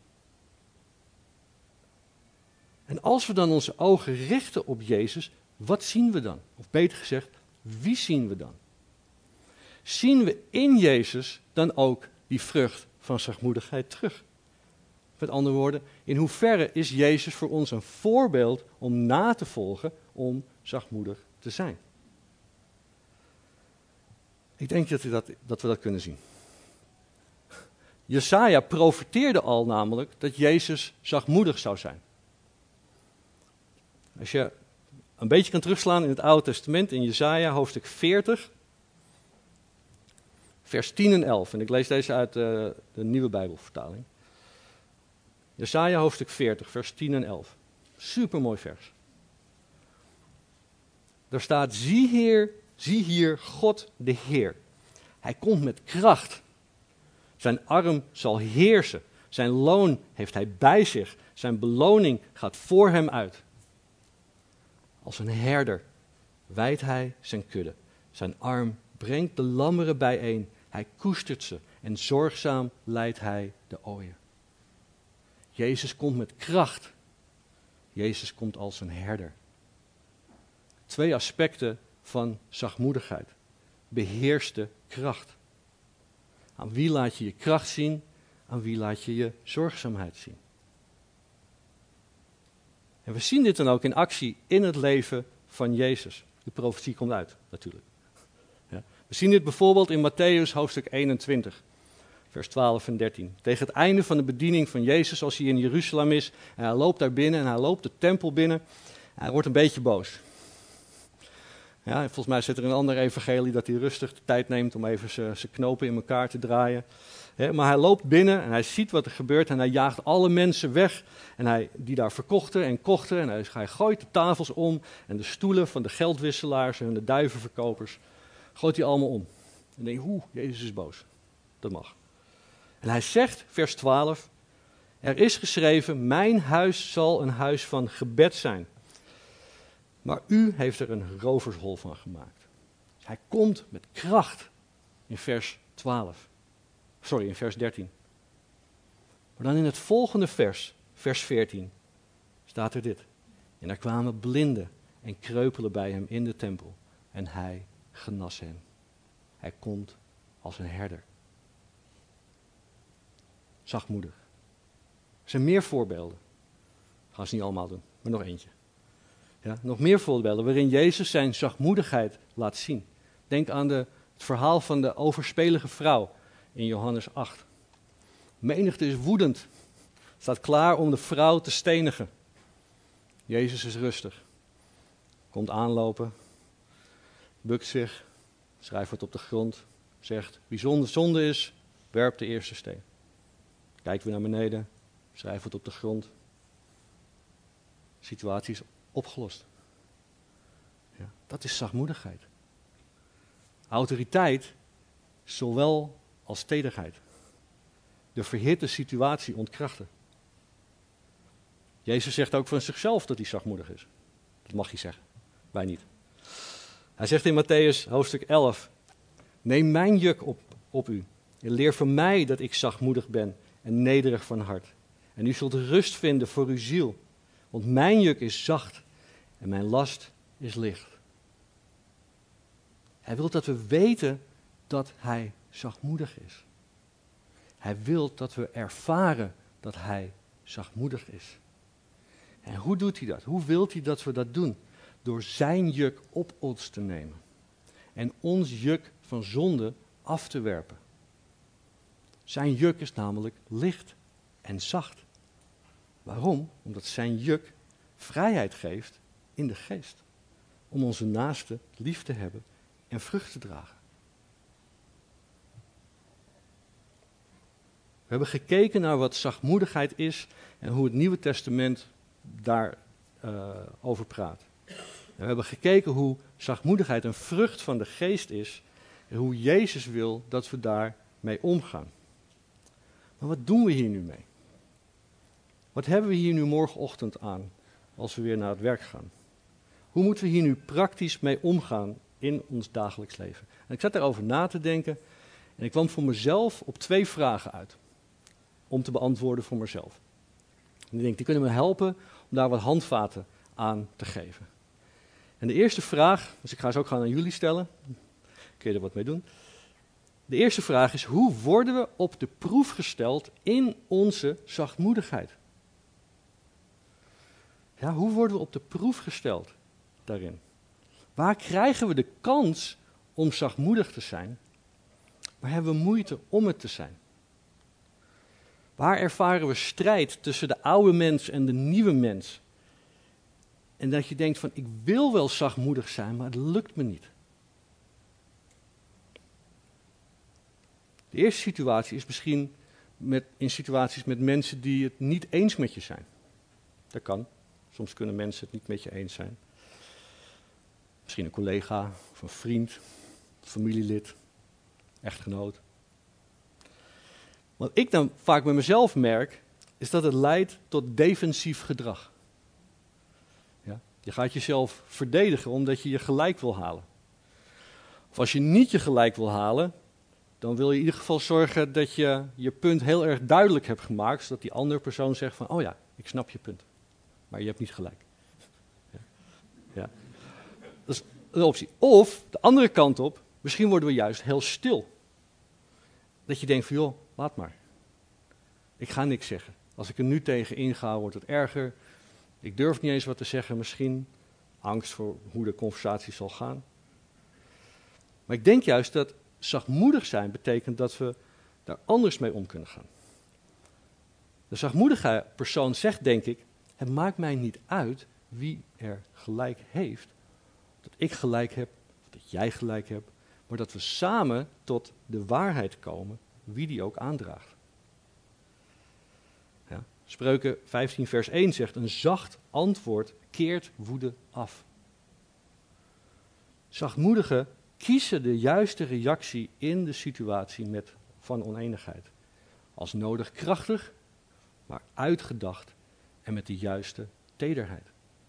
En als we dan onze ogen richten op Jezus, wat zien we dan? Of beter gezegd, wie zien we dan? Zien we in Jezus dan ook die vrucht van zachtmoedigheid terug? Met andere woorden, in hoeverre is Jezus voor ons een voorbeeld om na te volgen, om zachtmoedig te zijn? Ik denk dat we dat kunnen zien. Jesaja profeteerde al namelijk dat Jezus zachtmoedig zou zijn. Als je een beetje kan terugslaan in het Oude Testament, in Jesaja hoofdstuk 40, vers 10 en 11. En ik lees deze uit de Nieuwe Bijbelvertaling. Jesaja hoofdstuk 40, vers 10 en 11. Supermooi vers. Daar staat, zie hier God de Heer. Hij komt met kracht. Zijn arm zal heersen. Zijn loon heeft hij bij zich. Zijn beloning gaat voor hem uit. Als een herder wijdt hij zijn kudde. Zijn arm brengt de lammeren bijeen. Hij koestert ze en zorgzaam leidt hij de ooien. Jezus komt met kracht. Jezus komt als een herder. 2 aspecten van zachtmoedigheid. Beheerste kracht. Aan wie laat je je kracht zien? Aan wie laat je je zorgzaamheid zien? En we zien dit dan ook in actie in het leven van Jezus. De profetie komt uit, natuurlijk. Ja. We zien dit bijvoorbeeld in Mattheüs hoofdstuk 21, vers 12 en 13. Tegen het einde van de bediening van Jezus, als hij in Jeruzalem is, en hij loopt daar binnen en hij loopt de tempel binnen, en hij wordt een beetje boos. Ja, volgens mij zit er een ander evangelie dat hij rustig de tijd neemt om even zijn knopen in elkaar te draaien. Maar hij loopt binnen en hij ziet wat er gebeurt en hij jaagt alle mensen weg en die daar verkochten en kochten. En hij gooit de tafels om en de stoelen van de geldwisselaars en de duivenverkopers gooit hij allemaal om. En denk je, Jezus is boos. Dat mag. En hij zegt, vers 12, er is geschreven, mijn huis zal een huis van gebed zijn. Maar u heeft er een rovershol van gemaakt. Hij komt met kracht in vers 13. Maar dan in het volgende vers 14, staat er dit. En er kwamen blinden en kreupelen bij hem in de tempel. en hij genas hen. Hij komt als een herder. Zachtmoedig. Er zijn meer voorbeelden. Ik ga ze niet allemaal doen, maar nog eentje. Ja, nog meer voorbeelden waarin Jezus zijn zachtmoedigheid laat zien. Denk aan het verhaal van de overspelige vrouw in Johannes 8. Menigte is woedend. Staat klaar om de vrouw te stenigen. Jezus is rustig. Komt aanlopen. Bukt zich. Schrijft wordt op de grond. Zegt, wie zonder zonde is, werpt de eerste steen. Kijkt weer naar beneden. Schrijft wordt op de grond. Situatie is opgelost. Ja, dat is zachtmoedigheid. Autoriteit, zowel als tederheid. De verhitte situatie ontkrachten. Jezus zegt ook van zichzelf dat hij zachtmoedig is. Dat mag hij zeggen, wij niet. Hij zegt in Mattheüs hoofdstuk 11, neem mijn juk op u en leer van mij dat ik zachtmoedig ben en nederig van hart. En u zult rust vinden voor uw ziel, want mijn juk is zacht en mijn last is licht. Hij wil dat we weten dat hij zachtmoedig is. Hij wil dat we ervaren dat hij zachtmoedig is. En hoe doet hij dat? Hoe wil hij dat we dat doen? Door zijn juk op ons te nemen. En ons juk van zonde af te werpen. Zijn juk is namelijk licht en zacht. Waarom? Omdat zijn juk vrijheid geeft in de geest. Om onze naaste lief te hebben en vrucht te dragen. We hebben gekeken naar wat zachtmoedigheid is en hoe het Nieuwe Testament daarover praat. En we hebben gekeken hoe zachtmoedigheid een vrucht van de geest is en hoe Jezus wil dat we daarmee omgaan. Maar wat doen we hier nu mee? Wat hebben we hier nu morgenochtend aan als we weer naar het werk gaan? Hoe moeten we hier nu praktisch mee omgaan in ons dagelijks leven? En ik zat daarover na te denken en ik kwam voor mezelf op 2 vragen uit. Om te beantwoorden voor mezelf. En ik denk, die kunnen me helpen om daar wat handvaten aan te geven. En de eerste vraag, dus ik ga ze ook gaan aan jullie stellen. Kun je er wat mee doen? De eerste vraag is, hoe worden we op de proef gesteld in onze zachtmoedigheid? Ja, hoe worden we op de proef gesteld daarin? Waar krijgen we de kans om zachtmoedig te zijn, maar hebben we moeite om het te zijn? Waar ervaren we strijd tussen de oude mens en de nieuwe mens? En dat je denkt van, ik wil wel zachtmoedig zijn, maar het lukt me niet. De eerste situatie is misschien in situaties met mensen die het niet eens met je zijn. Dat kan. Soms kunnen mensen het niet met je eens zijn. Misschien een collega, of een vriend, familielid, echtgenoot. Wat ik dan vaak bij mezelf merk, is dat het leidt tot defensief gedrag. Ja? Je gaat jezelf verdedigen omdat je je gelijk wil halen. Of als je niet je gelijk wil halen, dan wil je in ieder geval zorgen dat je je punt heel erg duidelijk hebt gemaakt, zodat die andere persoon zegt van, oh ja, ik snap je punt. Maar je hebt niet gelijk. Ja. Ja. Dat is een optie. Of, de andere kant op, misschien worden we juist heel stil. Dat je denkt van, joh, laat maar. Ik ga niks zeggen. Als ik er nu tegen inga, wordt het erger. Ik durf niet eens wat te zeggen misschien. Angst voor hoe de conversatie zal gaan. Maar ik denk juist dat zachtmoedig zijn betekent dat we daar anders mee om kunnen gaan. De zachtmoedige persoon zegt, denk ik, het maakt mij niet uit wie er gelijk heeft. Dat ik gelijk heb, of dat jij gelijk hebt. Maar dat we samen tot de waarheid komen, wie die ook aandraagt. Ja. Spreuken 15 vers 1 zegt, een zacht antwoord keert woede af. Zachtmoedigen kiezen de juiste reactie in de situatie van oneenigheid. Als nodig krachtig, maar uitgedacht en met de juiste tederheid.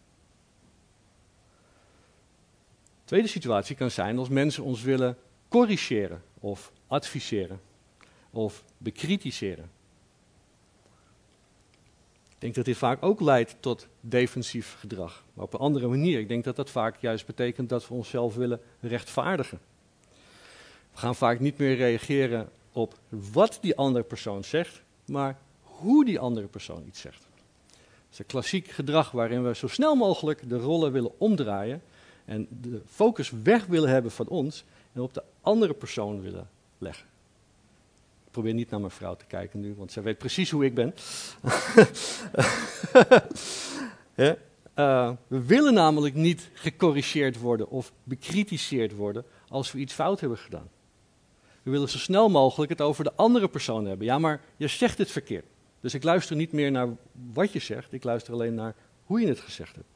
Tweede situatie kan zijn als mensen ons willen corrigeren of adviseren of bekritiseren. Ik denk dat dit vaak ook leidt tot defensief gedrag, maar op een andere manier. Ik denk dat dat vaak juist betekent dat we onszelf willen rechtvaardigen. We gaan vaak niet meer reageren op wat die andere persoon zegt, maar hoe die andere persoon iets zegt. Dat is een klassiek gedrag waarin we zo snel mogelijk de rollen willen omdraaien en de focus weg willen hebben van ons en op de andere persoon willen leggen. Ik probeer niet naar mijn vrouw te kijken nu, want zij weet precies hoe ik ben. We willen namelijk niet gecorrigeerd worden of bekritiseerd worden als we iets fout hebben gedaan. We willen zo snel mogelijk het over de andere persoon hebben. Ja, maar je zegt het verkeerd. Dus ik luister niet meer naar wat je zegt, ik luister alleen naar hoe je het gezegd hebt.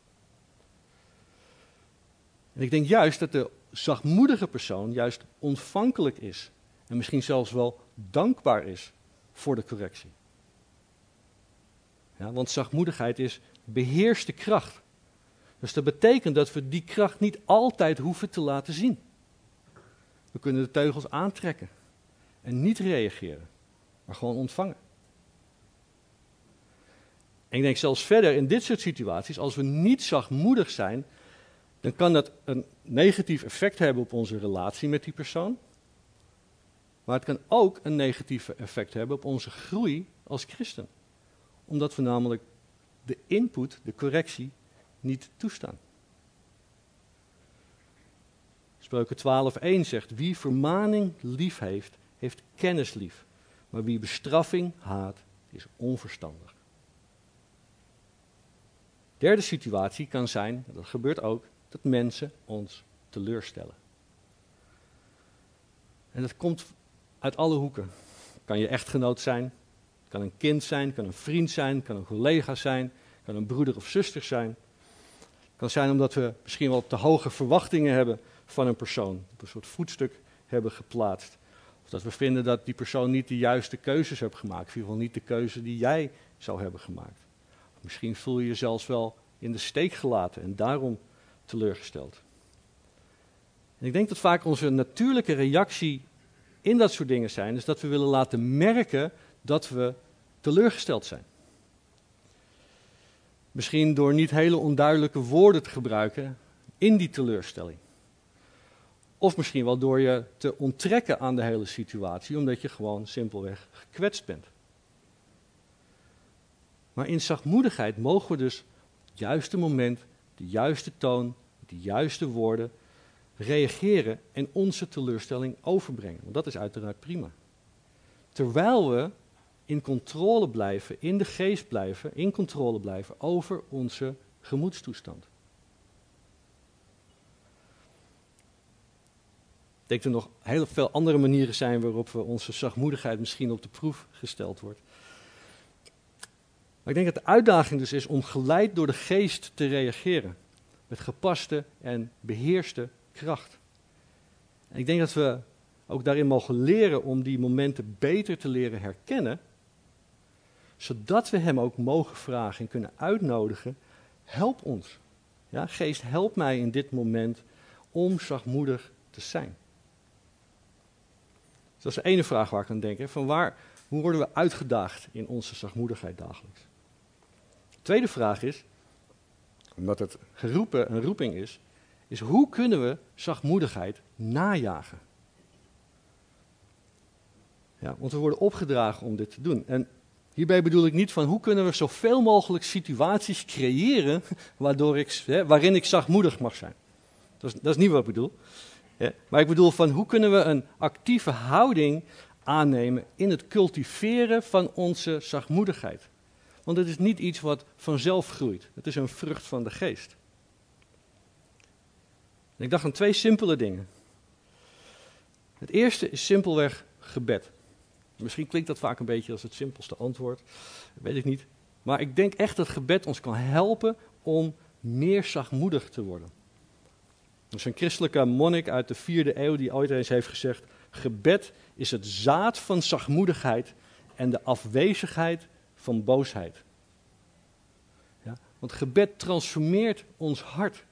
En ik denk juist dat de zachtmoedige persoon juist ontvankelijk is. En misschien zelfs wel dankbaar is voor de correctie. Ja, want zachtmoedigheid is beheerste kracht. Dus dat betekent dat we die kracht niet altijd hoeven te laten zien. We kunnen de teugels aantrekken en niet reageren, maar gewoon ontvangen. En ik denk zelfs verder in dit soort situaties, als we niet zachtmoedig zijn, dan kan dat een negatief effect hebben op onze relatie met die persoon. Maar het kan ook een negatief effect hebben op onze groei als christen. Omdat we namelijk de input, de correctie, niet toestaan. Spreuken 12:1 zegt, wie vermaning lief heeft, heeft kennis lief. Maar wie bestraffing haat, is onverstandig. Derde situatie kan zijn, dat gebeurt ook, dat mensen ons teleurstellen. En dat komt uit alle hoeken. Kan je echtgenoot zijn, kan een kind zijn, kan een vriend zijn, kan een collega zijn, kan een broeder of zuster zijn. Het kan zijn omdat we misschien wel te hoge verwachtingen hebben van een persoon, op een soort voetstuk hebben geplaatst. Of dat we vinden dat die persoon niet de juiste keuzes heeft gemaakt, in ieder geval niet de keuze die jij zou hebben gemaakt. Of misschien voel je je zelfs wel in de steek gelaten en daarom teleurgesteld. En ik denk dat vaak onze natuurlijke reactie in dat soort dingen zijn, is dat we willen laten merken dat we teleurgesteld zijn. Misschien door niet hele onduidelijke woorden te gebruiken in die teleurstelling. Of misschien wel door je te onttrekken aan de hele situatie, omdat je gewoon simpelweg gekwetst bent. Maar in zachtmoedigheid mogen we dus op het juiste moment, de juiste toon, de juiste woorden reageren en onze teleurstelling overbrengen. Want dat is uiteraard prima. Terwijl we in controle blijven, in de geest blijven, in controle blijven over onze gemoedstoestand. Ik denk dat er nog heel veel andere manieren zijn waarop we onze zachtmoedigheid misschien op de proef gesteld wordt. Maar ik denk dat de uitdaging dus is om geleid door de geest te reageren. Met gepaste en beheerste kracht. En ik denk dat we ook daarin mogen leren om die momenten beter te leren herkennen. Zodat we hem ook mogen vragen en kunnen uitnodigen. Help ons. Ja, geest, help mij in dit moment om zachtmoedig te zijn. Dus dat is de ene vraag waar ik aan denk. Hè, hoe worden we uitgedaagd in onze zachtmoedigheid dagelijks? De tweede vraag is, omdat het een roeping is hoe kunnen we zachtmoedigheid najagen? Ja, want we worden opgedragen om dit te doen. En hierbij bedoel ik niet van hoe kunnen we zoveel mogelijk situaties creëren waarin ik zachtmoedig mag zijn. Dat is niet wat ik bedoel. Ja, maar ik bedoel van hoe kunnen we een actieve houding aannemen in het cultiveren van onze zachtmoedigheid. Want het is niet iets wat vanzelf groeit. Het is een vrucht van de geest. En ik dacht aan 2 simpele dingen. Het eerste is simpelweg gebed. Misschien klinkt dat vaak een beetje als het simpelste antwoord. Dat weet ik niet. Maar ik denk echt dat gebed ons kan helpen om meer zachtmoedig te worden. Er is een christelijke monnik uit de 4e eeuw die ooit eens heeft gezegd: gebed is het zaad van zachtmoedigheid en de afwezigheid van boosheid. Ja, want gebed transformeert ons hart.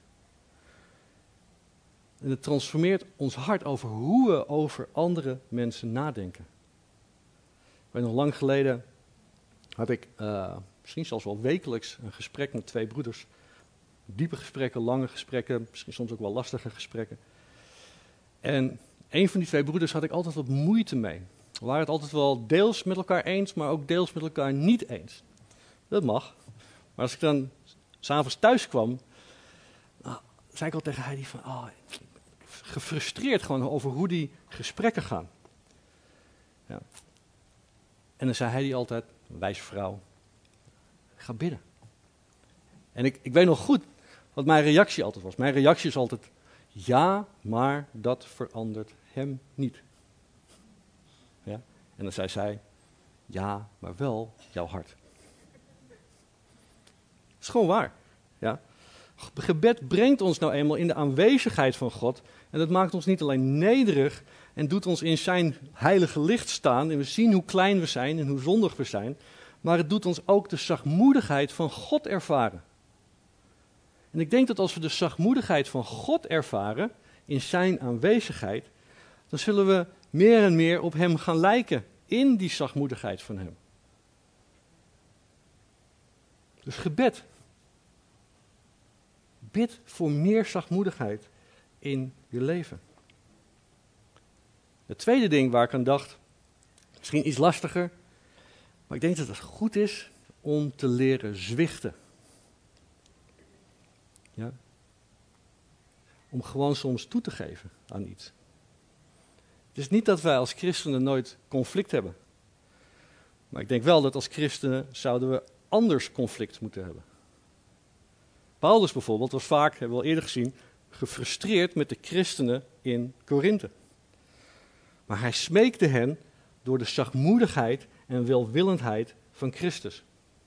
En het transformeert ons hart over hoe we over andere mensen nadenken. Ik weet nog lang geleden had ik misschien zelfs wel wekelijks een gesprek met 2 broeders. Diepe gesprekken, lange gesprekken, misschien soms ook wel lastige gesprekken. En een van die 2 broeders had ik altijd wat moeite mee. We waren het altijd wel deels met elkaar eens, maar ook deels met elkaar niet eens. Dat mag. Maar als ik dan 's avonds thuis kwam, zei ik al tegen Heidi van, gefrustreerd gewoon over hoe die gesprekken gaan. Ja. En dan zei Heidi altijd, een wijze vrouw, ga bidden. En ik weet nog goed wat mijn reactie altijd was. Mijn reactie is altijd, ja, maar dat verandert hem niet. Ja? En dan zei zij, ja, maar wel jouw hart. Dat is gewoon waar. Ja? Gebed brengt ons nou eenmaal in de aanwezigheid van God. En dat maakt ons niet alleen nederig en doet ons in zijn heilige licht staan. En we zien hoe klein we zijn en hoe zondig we zijn. Maar het doet ons ook de zachtmoedigheid van God ervaren. En ik denk dat als we de zachtmoedigheid van God ervaren in zijn aanwezigheid, dan zullen we meer en meer op hem gaan lijken in die zachtmoedigheid van hem. Dus gebed. Bid voor meer zachtmoedigheid in je leven. Het tweede ding waar ik aan dacht, misschien iets lastiger, maar ik denk dat het goed is om te leren zwichten. Ja? Om gewoon soms toe te geven aan iets. Het is niet dat wij als christenen nooit conflict hebben. Maar ik denk wel dat als christenen zouden we anders conflict moeten hebben. Paulus bijvoorbeeld was vaak, hebben we al eerder gezien, gefrustreerd met de christenen in Korinthe. Maar hij smeekte hen door de zachtmoedigheid en welwillendheid van Christus.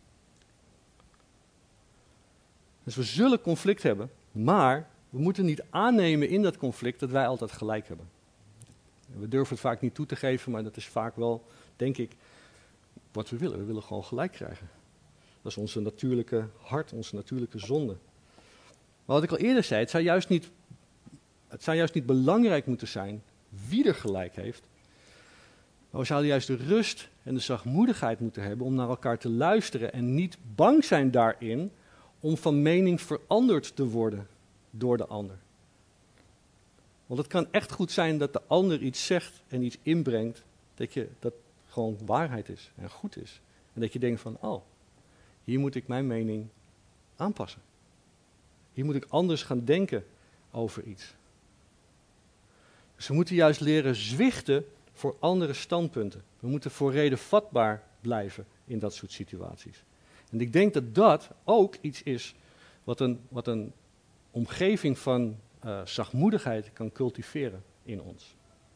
Dus we zullen conflict hebben, maar we moeten niet aannemen in dat conflict dat wij altijd gelijk hebben. We durven het vaak niet toe te geven, maar dat is vaak wel, denk ik, wat we willen. We willen gewoon gelijk krijgen. Dat is onze natuurlijke hart, onze natuurlijke zonde. Maar wat ik al eerder zei, het zou juist niet belangrijk moeten zijn wie er gelijk heeft. Maar we zouden juist de rust en de zachtmoedigheid moeten hebben om naar elkaar te luisteren en niet bang zijn daarin om van mening veranderd te worden door de ander. Want het kan echt goed zijn dat de ander iets zegt en iets inbrengt, dat gewoon waarheid is en goed is. En dat je denkt van, hier moet ik mijn mening aanpassen. Hier moet ik anders gaan denken over iets. Dus we moeten juist leren zwichten voor andere standpunten. We moeten voor reden vatbaar blijven in dat soort situaties. En ik denk dat dat ook iets is wat een omgeving van zachtmoedigheid kan cultiveren in ons.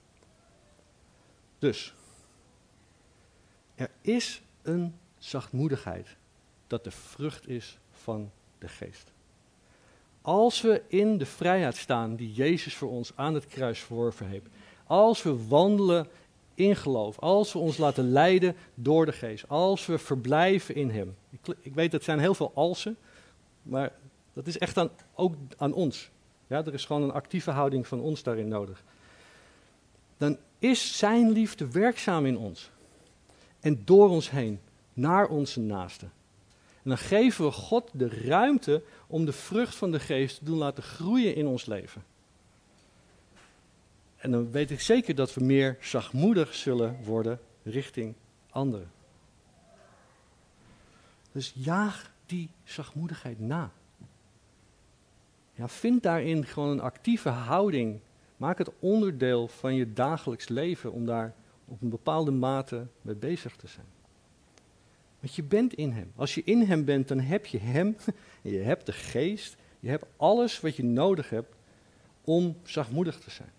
Dus, er is een zachtmoedigheid dat de vrucht is van de geest. Als we in de vrijheid staan die Jezus voor ons aan het kruis verworven heeft, als we wandelen in geloof, als we ons laten leiden door de geest, als we verblijven in hem. Ik weet, dat zijn heel veel alsen, maar dat is echt ook aan ons. Ja, er is gewoon een actieve houding van ons daarin nodig. Dan is zijn liefde werkzaam in ons en door ons heen, naar onze naasten. En dan geven we God de ruimte om de vrucht van de geest te doen laten groeien in ons leven. En dan weet ik zeker dat we meer zachtmoedig zullen worden richting anderen. Dus jaag die zachtmoedigheid na. Ja, vind daarin gewoon een actieve houding. Maak het onderdeel van je dagelijks leven om daar op een bepaalde mate mee bezig te zijn. Want je bent in hem. Als je in hem bent, dan heb je hem, je hebt de geest, je hebt alles wat je nodig hebt om zachtmoedig te zijn.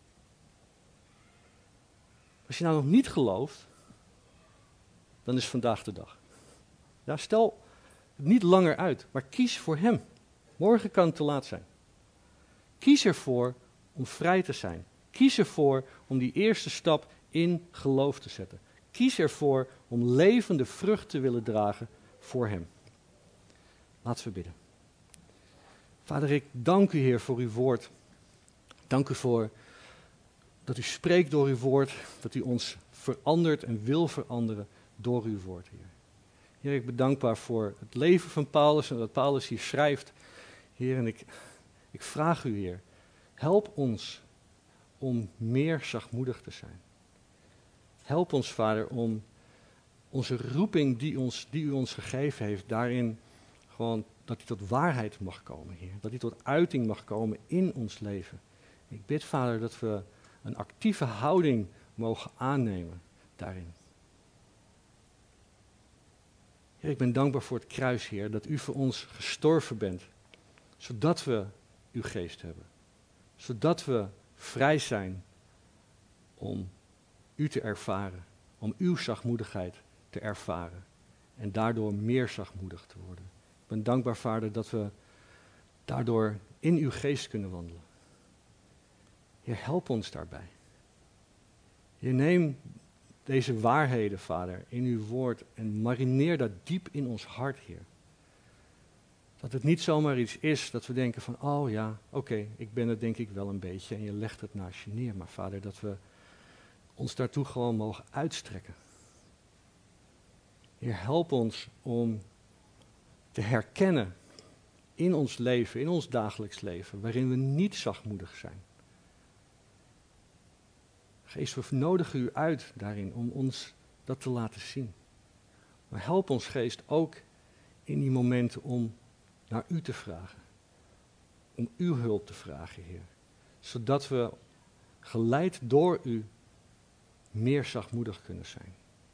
Als je nou nog niet gelooft, dan is vandaag de dag. Ja, stel het niet langer uit, maar kies voor hem. Morgen kan het te laat zijn. Kies ervoor om vrij te zijn. Kies ervoor om die eerste stap in geloof te zetten. Kies ervoor om levende vrucht te willen dragen voor hem. Laten we bidden. Vader, ik dank u, Heer, voor uw woord. Dank u voor dat u spreekt door uw woord, dat u ons verandert en wil veranderen door uw woord, Heer. Heer, ik ben dankbaar voor het leven van Paulus en dat Paulus hier schrijft. Heer, en ik vraag u, Heer, help ons om meer zachtmoedig te zijn. Help ons, Vader, om onze roeping die u ons gegeven heeft, daarin gewoon dat die tot waarheid mag komen, Heer. Dat die tot uiting mag komen in ons leven. Ik bid, Vader, dat we een actieve houding mogen aannemen daarin. Heer, ik ben dankbaar voor het kruis, Heer, dat u voor ons gestorven bent, zodat we uw geest hebben. Zodat we vrij zijn om u te ervaren, om uw zachtmoedigheid te ervaren en daardoor meer zachtmoedig te worden. Ik ben dankbaar, Vader, dat we daardoor in uw geest kunnen wandelen. Heer, help ons daarbij. Heer, neem deze waarheden, Vader, in uw woord en marineer dat diep in ons hart, Heer. Dat het niet zomaar iets is dat we denken van, oh ja, oké, ik ben het denk ik wel een beetje en je legt het naast je neer. Maar Vader, dat we ons daartoe gewoon mogen uitstrekken. Heer, help ons om te herkennen in ons leven, in ons dagelijks leven, waarin we niet zachtmoedig zijn. Geest, we nodigen u uit daarin om ons dat te laten zien. Maar help ons, Geest, ook in die momenten om naar u te vragen. Om uw hulp te vragen, Heer. Zodat we, geleid door u, meer zachtmoedig kunnen zijn.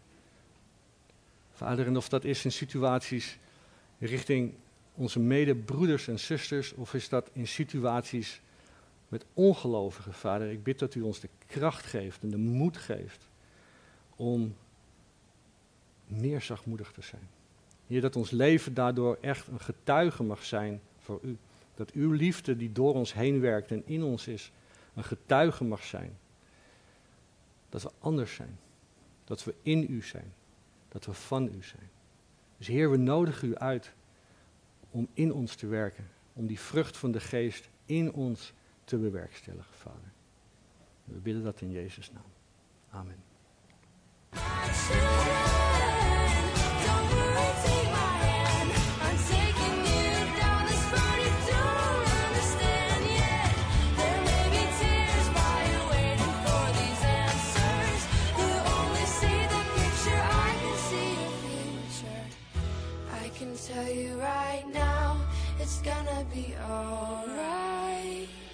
Vader, en of dat is in situaties richting onze medebroeders en zusters, of is dat in situaties met ongelovigen, Vader. Ik bid dat u ons de kracht geeft en de moed geeft om meer zachtmoedig te zijn. Heer, dat ons leven daardoor echt een getuige mag zijn voor u. Dat uw liefde die door ons heen werkt en in ons is, een getuige mag zijn. Dat we anders zijn. Dat we in u zijn. Dat we van u zijn. Dus Heer, we nodigen u uit om in ons te werken. Om die vrucht van de geest in ons te bewerkstelligen, Vader. We bidden dat in Jezus' naam. Amen. Tell you right now, it's gonna be alright.